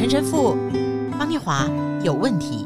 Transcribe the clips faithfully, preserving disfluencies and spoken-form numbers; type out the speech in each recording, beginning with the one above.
陈神父方念华有问题。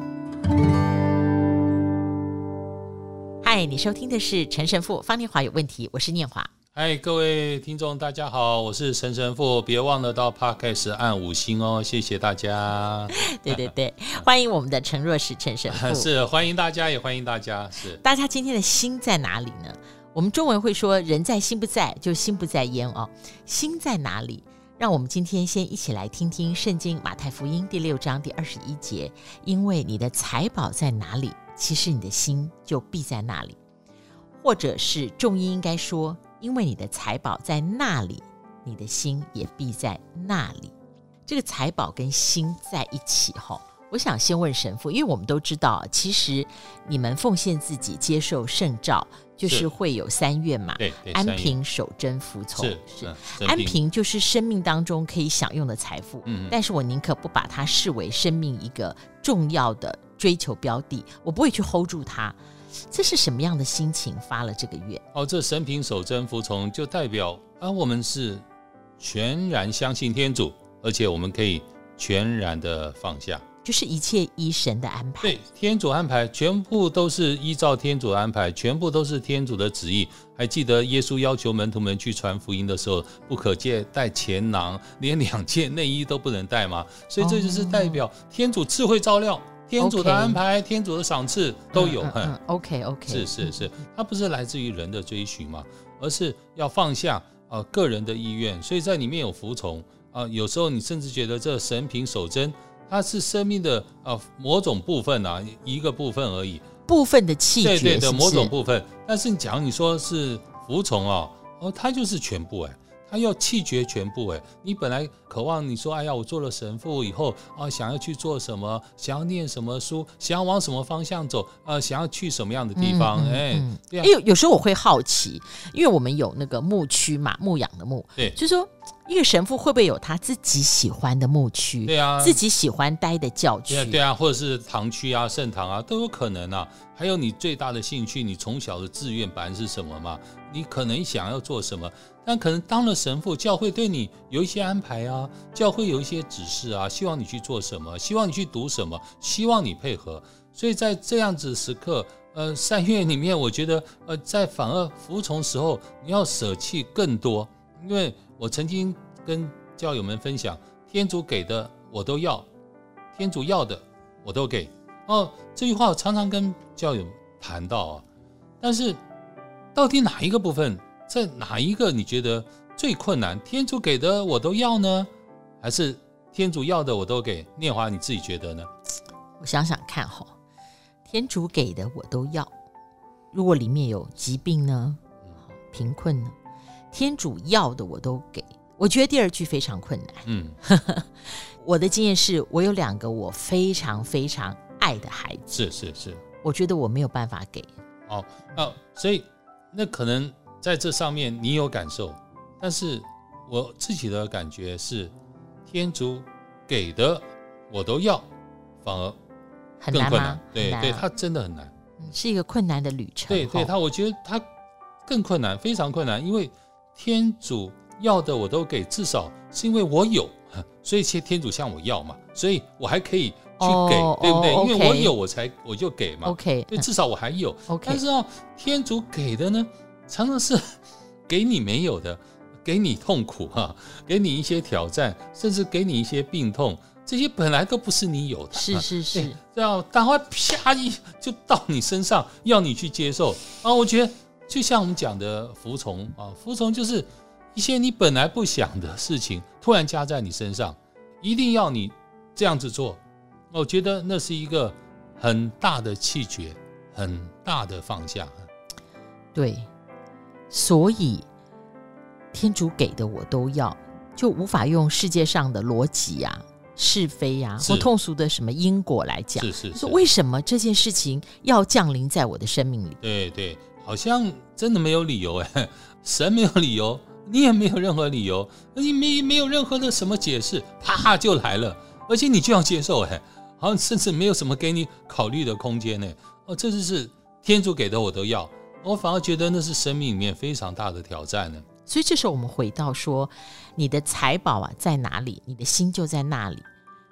嗨，你收听的是陈神父方念华有问题，我是念华。 嗨，各位听众大家好，我是陈神父，别忘了到 Podcast 按五星哦，谢谢大家。 对对对，欢迎我们的陈若石陈神父。 是，欢迎大家，也欢迎大家。是， 大家今天的心在哪里呢？我们中文会说人在心不在，就心不在焉哦。心在哪里？让我们今天先一起来听听圣经马太福音第六章第二十一节，因为你的财宝在哪里，其实你的心就必在那里。或者是重音应该说，因为你的财宝在那里，你的心也必在那里。这个财宝跟心在一起吼，我想先问神父，因为我们都知道其实你们奉献自己接受圣召就是会有三愿嘛， 对对， 安平守贞服从。 是是、嗯、 安平就是生命当中可以享用的财富、嗯、但是我宁可不把它视为生命一个重要的追求标的，我不会去 hold 住它。这是什么样的心情发了这个愿？ 哦，这神平守贞服从就代表啊，我们是全然相信天主，而且我们可以全然的放下， 就是一切依神的安排。 对，天主安排全部都是依照天主的安排，全部都是天主的旨意。还记得耶稣要求门徒们去传福音的时候，不可借带钱囊，连两件内衣都不能带吗？所以这就是代表天主智慧照料，天主的安排、okay. 天主的赏赐都有。嗯嗯嗯、 OK OK， 是是是，它不是来自于人的追寻嘛，而是要放下、呃、个人的意愿，所以在里面有服从、呃、有时候你甚至觉得这神平守贞它是生命的、呃、某种部分啊，一个部分而已， 部分的气绝，对对的某种部分。但是假如你说是服从哦，哦，它就是全部哎，他要弃绝全部哎，你本来渴望你说哎呀，我做了神父以后啊，想要去做什么，想要念什么书，想要往什么方向走，呃，想要去什么样的地方，哎、嗯嗯，对啊。 有有时候我会好奇，因为我们有那个牧区嘛，牧养的牧， 对， 就是说一个神父会不会有他自己喜欢的牧区？ 对啊， 自己喜欢待的教区， 对啊，对啊，或者是堂区啊、圣堂啊，都有可能啊。还有你最大的兴趣，你从小的志愿本来是什么嘛？你可能想要做什么？但可能当了神父，教会对你有一些安排啊，教会有一些指示啊，希望你去做什么，希望你去读什么，希望你配合。所以在这样子时刻，呃，三愿里面，我觉得，呃，在反而服从时候，你要舍弃更多。因为我曾经跟教友们分享，天主给的我都要，天主要的我都给。哦，这句话我常常跟教友谈到啊，但是到底哪一个部分？在哪一个你觉得最困难？天主给的我都要呢，还是天主要的我都给？念华你自己觉得呢？ 我想想看哈，天主给的我都要，如果里面有疾病呢，贫困呢，天主要的我都给。我觉得第二句非常困难。嗯，我的经验是我有两个我非常非常爱的孩子， 是是是， 我觉得我没有办法给。 哦，那所以那可能。在这上面你有感受，但是我自己的感觉是天主给的我都要，反而更困难。 很难吗？ 对难、啊、 对，它真的很难， 是一个困难的旅程。 对对，它我觉得它更困难，非常困难，因为天主要的我都给，至少是因为我有，所以其实天主向我要嘛，所以我还可以去给，哦、对不对？ 哦、 因为我有我才我就给嘛。 OK， 对，至少我还有。 OK， 但是哦，天主给的呢？常常是给你没有的，给你痛苦哈，给你一些挑战，甚至给你一些病痛，这些本来都不是你有的。 是是是， 这样但会啪一就到你身上，要你去接受啊！我觉得就像我们讲的服从啊，服从就是一些你本来不想的事情，突然加在你身上，一定要你这样子做。我觉得那是一个很大的气绝，很大的放下。 对。所以天主给的我都要，就无法用世界上的逻辑啊、是非啊或通俗的什么因果来讲， 是是是， 说为什么这件事情要降临在我的生命里？ 对对，好像真的没有理由哎，神没有理由，你也没有任何理由，你没没有任何的什么解释，啪就来了，而且你就要接受哎，好像甚至没有什么给你考虑的空间哎，哦，这就是天主给的我都要。我反而觉得那是生命里面非常大的挑战呢。 所以这时候我们回到说，你的财宝啊在哪里，你的心就在那里。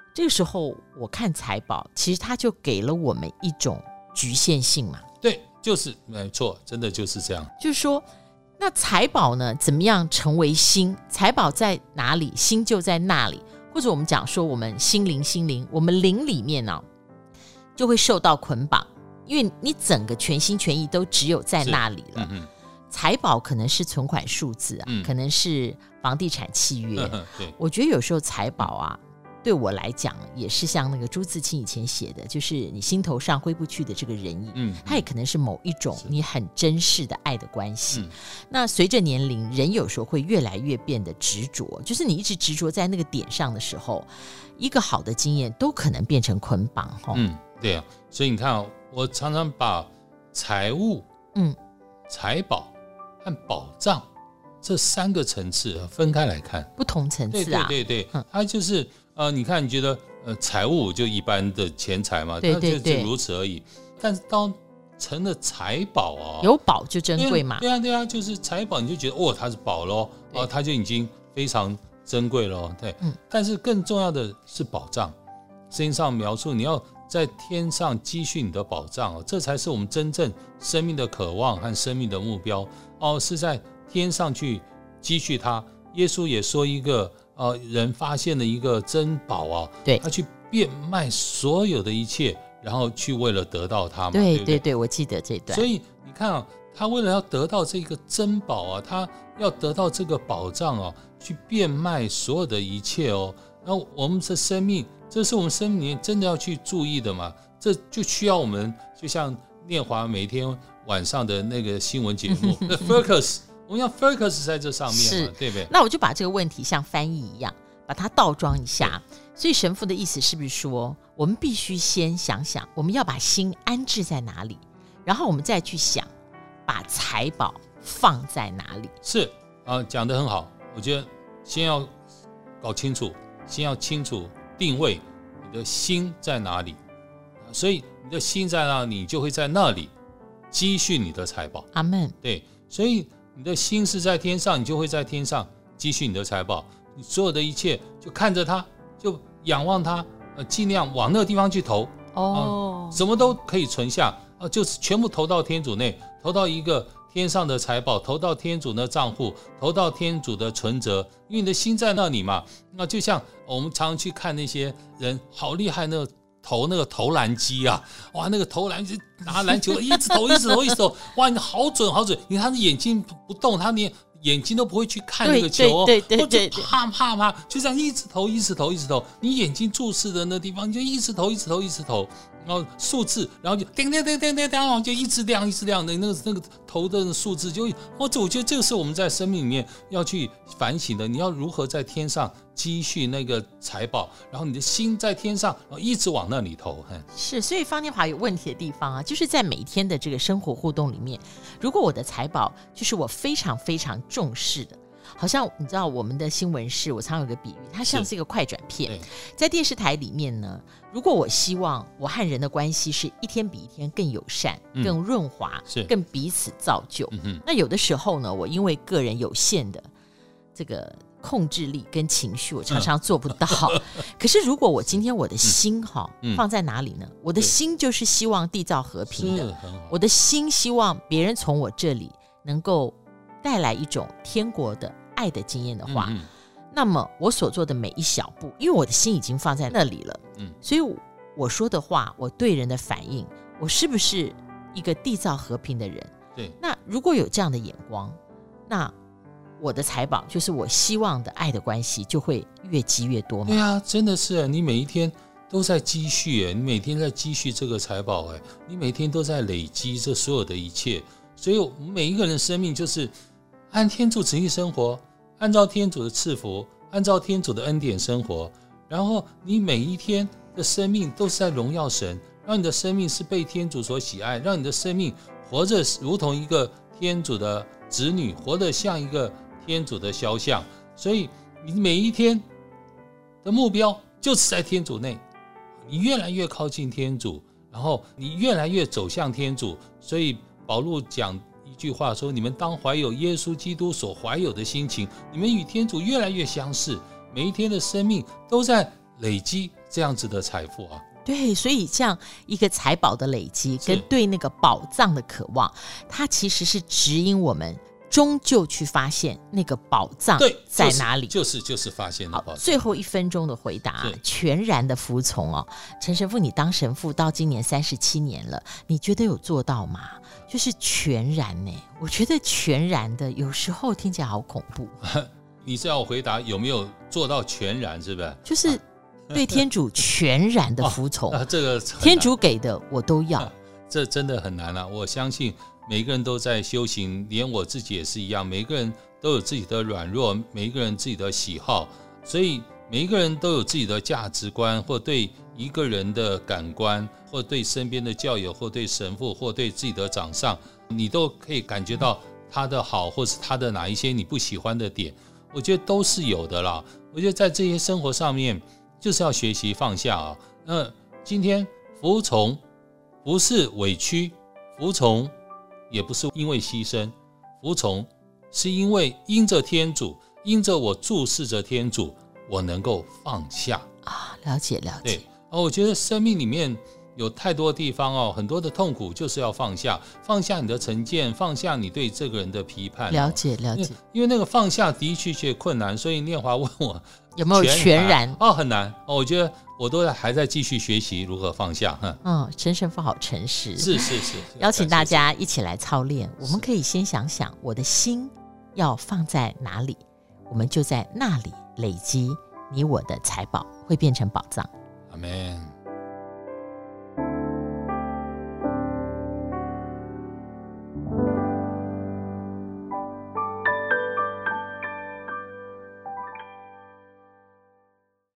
这个时候我看财宝，其实它就给了我们一种局限性嘛。 对，就是没错，真的就是这样。 就是说，那财宝呢，怎么样成为心？财宝在哪里，心就在那里。或者我们讲说，我们心灵，心灵，我们灵里面呢、啊，就会受到捆绑，因为你整个全心全意都只有在那里了。嗯、财宝可能是存款数字啊，嗯、可能是房地产契约。嗯、对，我觉得有时候财宝啊。对我来讲也是像那个朱自清以前写的，就是你心头上挥不去的这个人影，嗯，它也可能是某一种你很珍视的爱的关系。那随着年龄，人有时候会越来越变得执着，就是你一直执着在那个点上的时候，一个好的经验都可能变成捆绑。 嗯，对啊，所以你看、哦、我常常把财物、嗯，财宝和宝藏这三个层次分开来看， 不同层次啊， 对对对对，它就是呃，你看，你觉得呃，财物就一般的钱财嘛， 对对对， 就如此而已。但是当成了财宝啊， 有宝就珍贵嘛， 对啊对啊，就是财宝，你就觉得哦，它是宝喽，哦，它就已经非常珍贵喽，对。嗯。但是更重要的是宝藏，圣经上描述你要在天上积蓄你的宝藏哦，这才是我们真正生命的渴望和生命的目标哦，是在天上去积蓄它。耶稣也说一个。呃，人发现了一个珍宝啊， 对， 他去变卖所有的一切，然后去为了得到它嘛。 对对对对，我记得这段。 所以你看啊，他为了要得到这个珍宝啊，他要得到这个宝藏啊，去变卖所有的一切哦。然后我们的生命，这是我们生命里面真的要去注意的嘛。这就需要我们，就像念华每天晚上的那个新闻节目，focus。我们要 focus 在这上面嘛，对不对？ 那我就把这个问题像翻译一样，把它倒装一下。所以神父的意思是不是说，我们必须先想想，我们要把心安置在哪里，然后我们再去想，把财宝放在哪里？ 是啊，讲得很好。我觉得先要搞清楚，先要清楚定位，你的心在哪里。所以你的心在哪里，你就会在那里积蓄你的财宝。 阿们。 对，所以。你的心是在天上，你就会在天上积蓄你的财宝。你所有的一切就看着它，就仰望它，呃，尽量往那个地方去投。哦、呃，什么都可以存下，呃，就是全部投到天主内，投到一个天上的财宝，投到天主的账户，投到天主的存折，因为你的心在那里嘛。那就像我们常常去看那些人，好厉害那个。投那个投篮机啊，哇，那个投篮机拿篮球一直投一直投一直投，哇，你好准好准！你看他的眼睛不动，他连眼睛都不会去看那个球， 对对对对对， 啪啪啪，就这样一直投一直投一直投，你眼睛注视的那地方，你就一直投一直投一直投，然后数字，然后就叮叮叮叮叮叮，就一直亮一直亮的那个那个投的数字就，或者我觉得这个是我们在生命里面要去反省的，你要如何在天上积蓄那个财宝，然后你的心在天上，然后一直往那里投。 是，所以方念华有问题的地方啊，就是在每天的这个生活互动里面，如果我的财宝就是我非常非常重视的，好像你知道我们的新闻室，我常有个比喻，它像是一个快转片，在电视台里面呢，如果我希望我和人的关系是一天比一天更友善、嗯、更润滑、更彼此造就、嗯、那有的时候呢，我因为个人有限的这个控制力跟情绪，我常常做不到、嗯、可是如果我今天我的心、嗯、放在哪里呢？我的心就是希望缔造和平的，我的心希望别人从我这里能够带来一种天国的爱的经验的话、嗯、那么我所做的每一小步，因为我的心已经放在那里了、嗯、所以我说的话，我对人的反应，我是不是一个缔造和平的人？ 对， 那如果有这样的眼光，那我的财宝就是我希望的爱的关系就会越积越多嘛。 对啊，真的是，你每一天都在积蓄，你每天在积蓄这个财宝，你每天都在累积这所有的一切，所以我们每一个人的生命就是按天主旨意生活，按照天主的赐福，按照天主的恩典生活，然后你每一天的生命都是在荣耀神，让你的生命是被天主所喜爱，让你的生命活着如同一个天主的子女，活得像一个天主的肖像。所以你每一天的目标就是在天主内，你越来越靠近天主，然后你越来越走向天主。所以保禄讲一句话说，你们当怀有耶稣基督所怀有的心情，你们与天主越来越相似，每一天的生命都在累积这样子的财富啊。 对，所以这样一个财宝的累积跟对那个宝藏的渴望，它其实是指引我们终究去发现那个宝藏在哪里。 就是就是、就是发现的宝藏。 最后一分钟的回答，全然的服从哦。陈神父，你当神父到今年三十七年了，你觉得有做到吗？就是全然呢？我觉得全然的有时候听起来好恐怖。 你是要我回答有没有做到全然，是不是？ 就是对天主全然的服从。 哦啊、这个天主给的我都要、啊。 这真的很难啊！我相信每个人都在修行，连我自己也是一样。每个人都有自己的软弱，每一个人自己的喜好，所以每一个人都有自己的价值观，或对一个人的感官，或对身边的教友，或对神父，或对自己的长上，你都可以感觉到他的好，或是他的哪一些你不喜欢的点，我觉得都是有的啦。我觉得在这些生活上面，就是要学习放下啊。那今天服从不是委屈，服从也不是因为牺牲，服从是因为因着天主，因着我注视着天主，我能够放下啊。了解了解。 对，我觉得生命里面有太多地方哦，很多的痛苦就是要放下，放下你的成见，放下你对这个人的批判、哦。 了解了解。 因为那个放下的确确困难，所以念华问我有没有全然哦，很难哦。我觉得我都还在继续学习如何放下。 嗯，陈神父好诚实， 是是是。 邀请大家一起来操练。我们可以先想想，我的心要放在哪里，我们就在那里累积你我的财宝，会变成宝藏。 阿们。